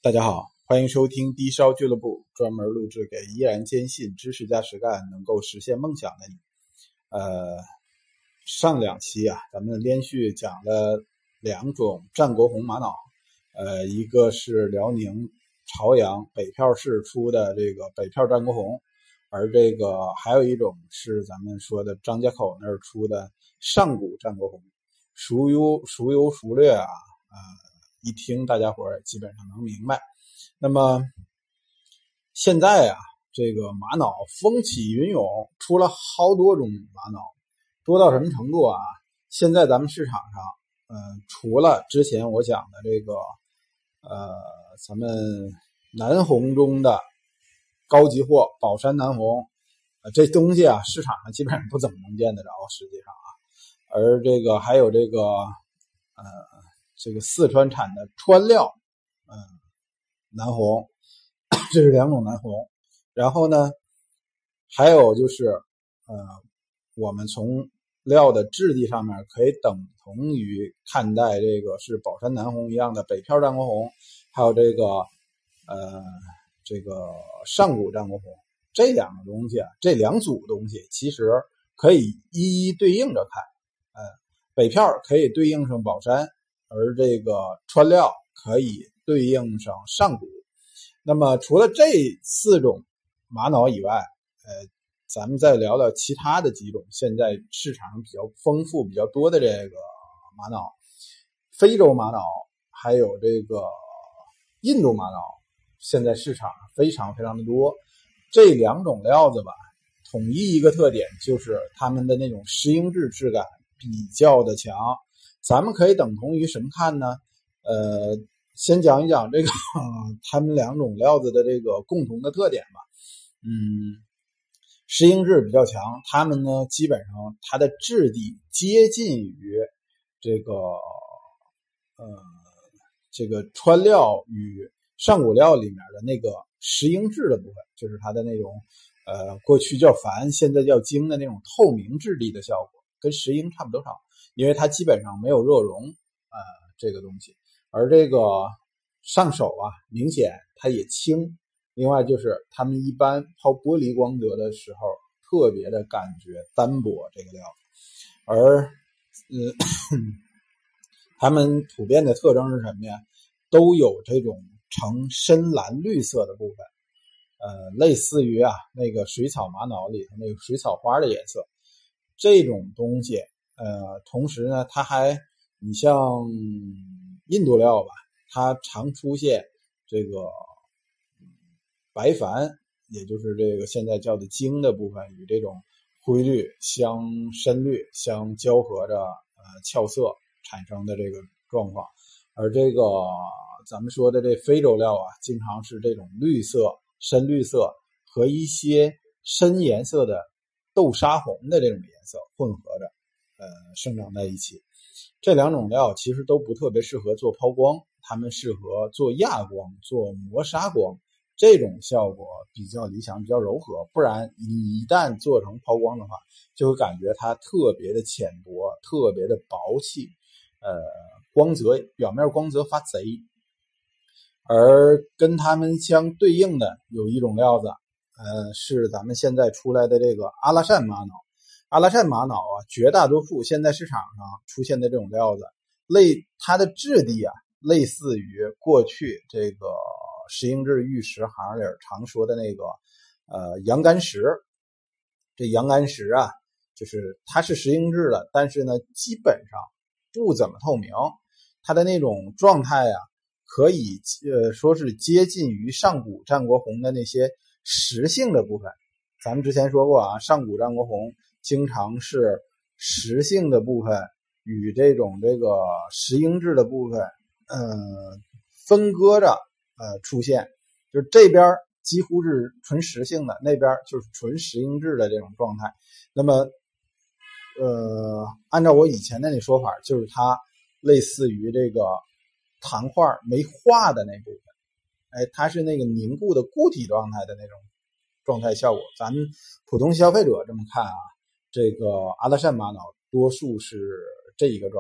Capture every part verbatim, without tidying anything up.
大家好，欢迎收听低烧俱乐部，专门录制给依然坚信知识加实干能够实现梦想的你。呃，上两期啊，咱们连续讲了两种战国红玛瑙，呃，一个是辽宁朝阳北票市出的这个北票战国红，而这个还有一种是咱们说的张家口那儿出的上古战国红，孰优孰优孰劣啊？呃一听大家伙儿基本上能明白。那么现在啊，这个玛瑙风起云涌，出了好多种玛瑙，多到什么程度啊？现在咱们市场上，嗯、呃，除了之前我讲的这个，呃，咱们南红中的高级货宝山南红，呃，这东西啊，市场上基本上不怎么能见得着，实际上啊，而这个还有这个，呃。这个四川产的川料，嗯，南红，这是两种南红。然后呢，还有就是，呃，我们从料的质地上面可以等同于看待这个是宝山南红一样的北票战国红，还有这个，呃，这个上古战国红，这两个东西啊，这两组东西其实可以一一对应着看，呃，北票可以对应上宝山。而这个川料可以对应上上古。那么除了这四种玛瑙以外，呃，咱们再聊聊其他的几种现在市场上比较丰富、比较多的这个玛瑙。非洲玛瑙还有这个印度玛瑙，现在市场上非常非常的多。这两种料子吧，统一一个特点就是它们的那种石英质质感比较的强。咱们可以等同于什么看呢？呃，先讲一讲这个他们两种料子的这个共同的特点吧。嗯，石英质比较强，它们呢基本上它的质地接近于这个呃这个川料与上古料里面的那个石英质的部分，就是它的那种呃过去叫矾，现在叫晶的那种透明质地的效果，跟石英差不多少。因为它基本上没有热熔，呃，这个东西，而这个上手啊，明显它也轻。另外就是他们一般抛玻璃光泽的时候，特别的感觉单薄这个料，而呃，他们普遍的特征是什么呀？都有这种呈深蓝绿色的部分，呃，类似于啊那个水草玛瑙里头那个水草花的颜色，这种东西。呃，同时呢，它还，你像印度料吧，它常出现这个白矾，也就是这个现在叫的晶的部分，与这种灰绿相深绿相交合着，呃，俏色产生的这个状况。而这个咱们说的这非洲料啊，经常是这种绿色、深绿色和一些深颜色的豆沙红的这种颜色混合着。呃，生长在一起，这两种料其实都不特别适合做抛光，它们适合做亚光、做磨砂光，这种效果比较理想，比较柔和。不然你一旦做成抛光的话，就会感觉它特别的浅薄，特别的薄气，呃，光泽表面光泽发贼。而跟它们相对应的有一种料子，呃，是咱们现在出来的这个阿拉善玛瑙。阿拉善玛瑙啊，绝大多数现在市场上出现的这种料子，类它的质地啊，类似于过去这个石英质玉石行里常说的那个呃阳干石。这阳干石啊，就是它是石英质的，但是呢，基本上不怎么透明，它的那种状态啊，可以呃说是接近于上古战国红的那些石性的部分。咱们之前说过啊，上古战国红经常是石性的部分与这种这个石英质的部分，呃，分割着呃出现，就是这边几乎是纯石性的，那边就是纯石英质的这种状态。那么，呃，按照我以前的那说法，就是它类似于这个糖块没化的那部分，哎，它是那个凝固的固体状态的那种状态效果。咱们普通消费者这么看啊，这个阿拉善玛瑙多数是这一个状况。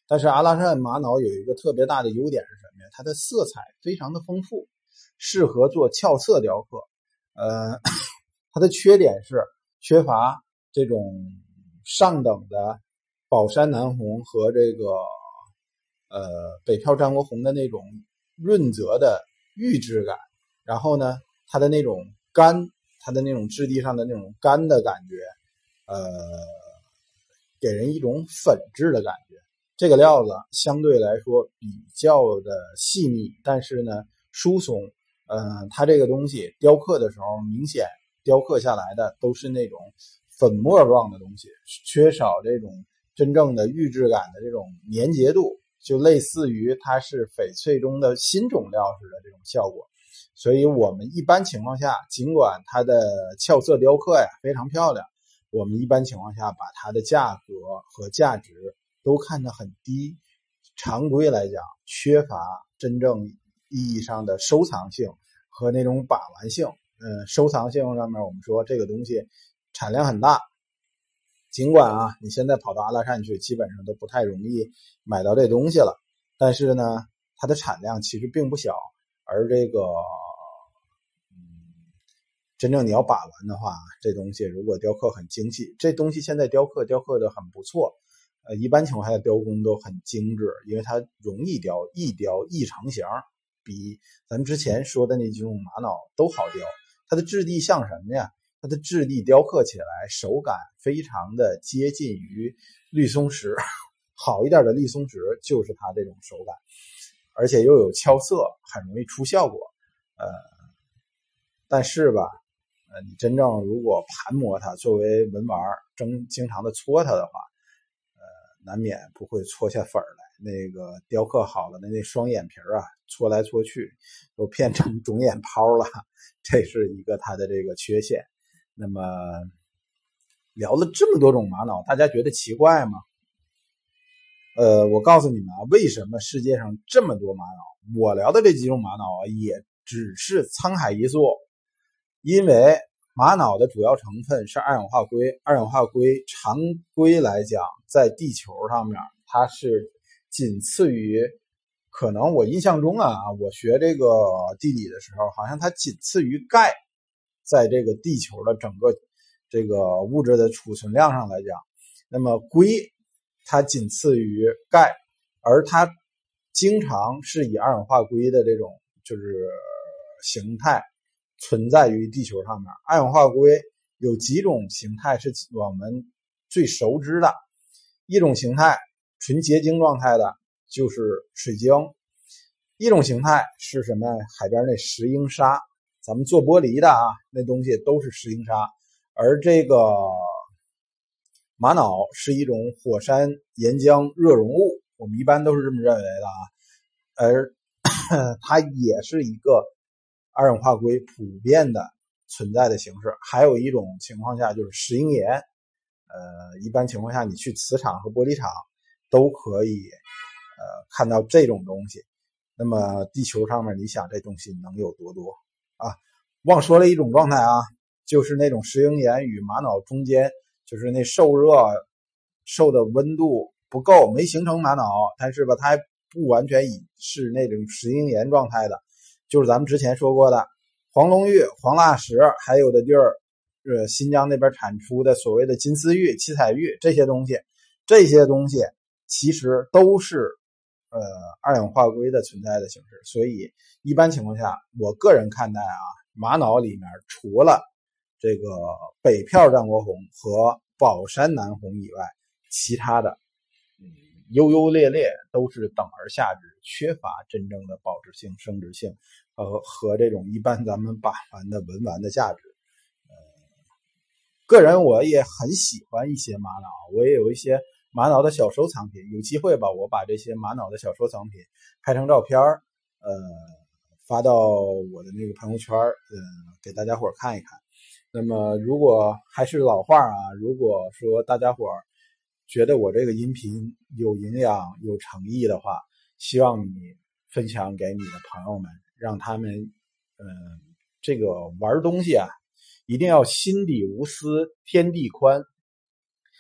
但是阿拉善玛瑙有一个特别大的优点是什么呀？它的色彩非常的丰富，适合做俏色雕刻。呃，它的缺点是缺乏这种上等的宝山南红和这个呃北漂战国红的那种润泽的玉质感，然后呢，它的那种干，它的那种质地上的那种干的感觉，呃，给人一种粉质的感觉。这个料子相对来说比较的细腻，但是呢疏松。呃，它这个东西雕刻的时候，明显雕刻下来的都是那种粉末状的东西，缺少这种真正的玉质感的这种粘结度，就类似于它是翡翠中的新种料似的这种效果。所以我们一般情况下，尽管它的俏色雕刻呀非常漂亮，我们一般情况下把它的价格和价值都看得很低，常规来讲缺乏真正意义上的收藏性和那种把玩性。嗯，收藏性上面我们说这个东西产量很大，尽管啊你现在跑到阿拉善去基本上都不太容易买到这东西了，但是呢它的产量其实并不小。而这个嗯，真正你要把玩的话，这东西如果雕刻很精细，这东西现在雕刻雕刻的很不错，呃，一般情况下雕工都很精致，因为它容易雕，易雕易成型，比咱们之前说的那几种玛瑙都好雕。它的质地像什么呀？它的质地雕刻起来手感非常的接近于绿松石，好一点的绿松石就是它这种手感，而且又有俏色，很容易出效果。呃，但是吧，呃，你真正如果盘磨它，作为文玩，经经常的搓它的话，呃，难免不会搓下粉来。那个雕刻好了的那双眼皮啊，搓来搓去都变成肿眼泡了，这是一个它的这个缺陷。那么聊了这么多种玛瑙，大家觉得奇怪吗？呃，我告诉你们啊，为什么世界上这么多玛瑙？我聊的这几种玛瑙啊，也只是沧海一粟。因为玛瑙的主要成分是二氧化硅，二氧化硅常规来讲，在地球上面它是仅次于，可能我印象中啊，我学这个地理的时候，好像它仅次于钙，在这个地球的整个这个物质的储存量上来讲，那么硅它仅次于钙，而它经常是以二氧化硅的这种就是形态存在于地球上面。二氧化硅有几种形态是我们最熟知的，一种形态纯结晶状态的就是水晶，一种形态是什么？海边那石英砂，咱们做玻璃的啊，那东西都是石英砂。而这个玛瑙是一种火山岩浆热溶物，我们一般都是这么认为的啊。而它也是一个二氧化硅普遍的存在的形式。还有一种情况下就是石英岩，呃，一般情况下你去瓷厂和玻璃厂都可以呃看到这种东西。那么地球上面你想这东西能有多多啊？忘说了一种状态啊，就是那种石英岩与玛瑙中间，就是那受热受的温度不够，没形成玛瑙，但是吧它还不完全以是那种石英岩状态的，就是咱们之前说过的黄龙玉、黄蜡石，还有的地儿呃新疆那边产出的所谓的金丝玉、七彩玉，这些东西这些东西其实都是呃二氧化硅的存在的形式。所以一般情况下我个人看待啊，玛瑙里面除了这个北漂战国红和宝山南红以外，其他的嗯优优劣劣，都是等而下之，缺乏真正的保值性、升值性和和这种一般咱们把玩的文玩的价值。呃，个人我也很喜欢一些玛瑙，我也有一些玛瑙的小收藏品，有机会吧，我把这些玛瑙的小收藏品拍成照片，呃，发到我的那个朋友圈，呃，给大家伙看一看。那么如果还是老话啊，如果说大家伙觉得我这个音频有营养有诚意的话，希望你分享给你的朋友们，让他们呃这个玩东西啊一定要心底无私天地宽。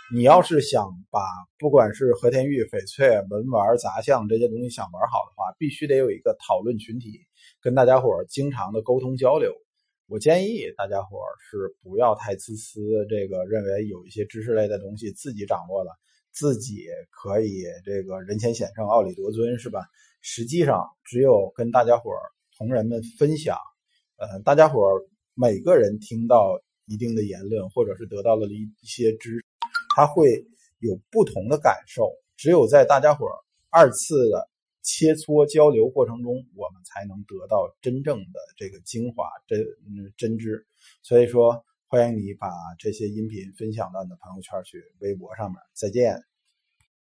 你要是想把不管是和田玉、翡翠、文玩、杂项这些东西想玩好的话，必须得有一个讨论群体，跟大家伙经常的沟通交流。我建议大家伙是不要太自私，这个认为有一些知识类的东西自己掌握了，自己可以这个人前显圣、傲里夺尊，是吧？实际上，只有跟大家伙同仁们分享，呃，大家伙每个人听到一定的言论，或者是得到了一些知识，他会有不同的感受。只有在大家伙二次的切磋交流过程中，我们才能得到真正的这个精华真真知。所以说，欢迎你把这些音频分享到你的朋友圈去、微博上面。再见。